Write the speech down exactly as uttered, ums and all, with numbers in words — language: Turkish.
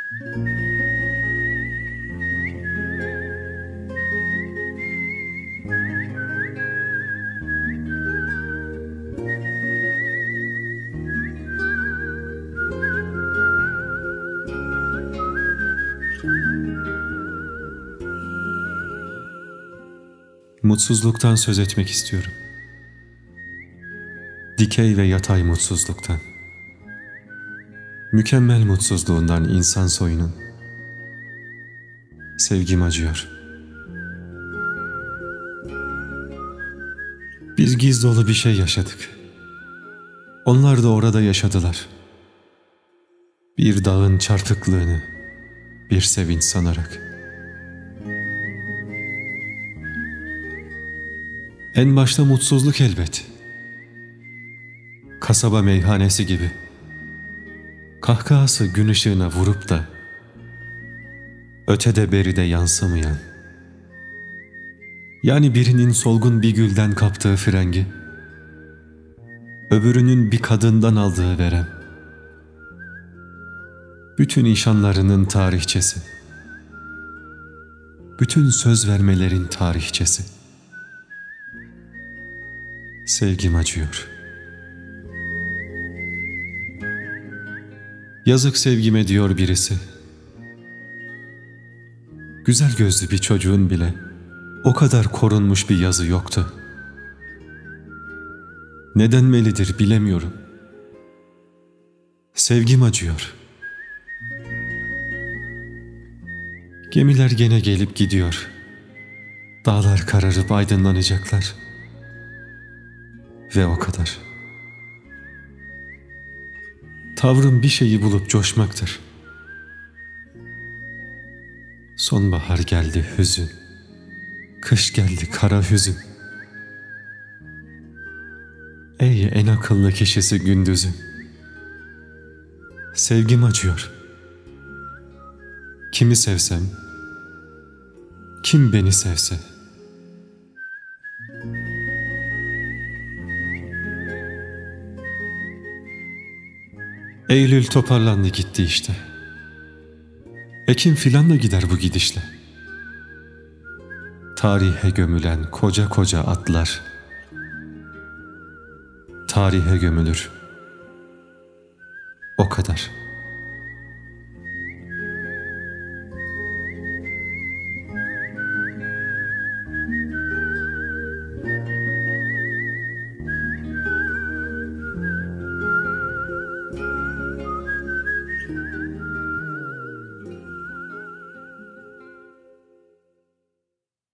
Mutsuzluktan söz etmek istiyorum. Dikey ve yatay mutsuzluktan. Mükemmel mutsuzluğundan insan soyunun. Sevgim acıyor. Biz giz dolu bir şey yaşadık. Onlar da orada yaşadılar. Bir dağın çarpıklığını bir sevinç sanarak. En başta mutsuzluk elbet. Kasaba meyhanesi gibi. Kahkahası gün ışığına vurup da ötede beride yansımayan. Yani birinin solgun bir gülden kaptığı frengi, öbürünün bir kadından aldığı verem. Bütün nişanlarının tarihçesi. Bütün söz vermelerin tarihçesi. Sevgim acıyor. Yazık sevgime diyor birisi. Güzel gözlü bir çocuğun bile o kadar korunmuş bir yazı yoktu. Ne denmelidir bilemiyorum. Sevgim acıyor. Gemiler gene gelip gidiyor. Dağlar kararıp aydınlanacaklar. Ve o kadar. Tavrım bir şeyi bulup coşmaktır. Sonbahar geldi hüzün. Kış geldi kara hüzün. Ey en akıllı kişisi gündüzün. Sevgim acıyor. Kimi sevsem, kim beni sevse. Eylül toparlandı gitti işte. Ekim filan da gider bu gidişle. Tarihe gömülen koca koca atlar tarihe gömülür. O kadar.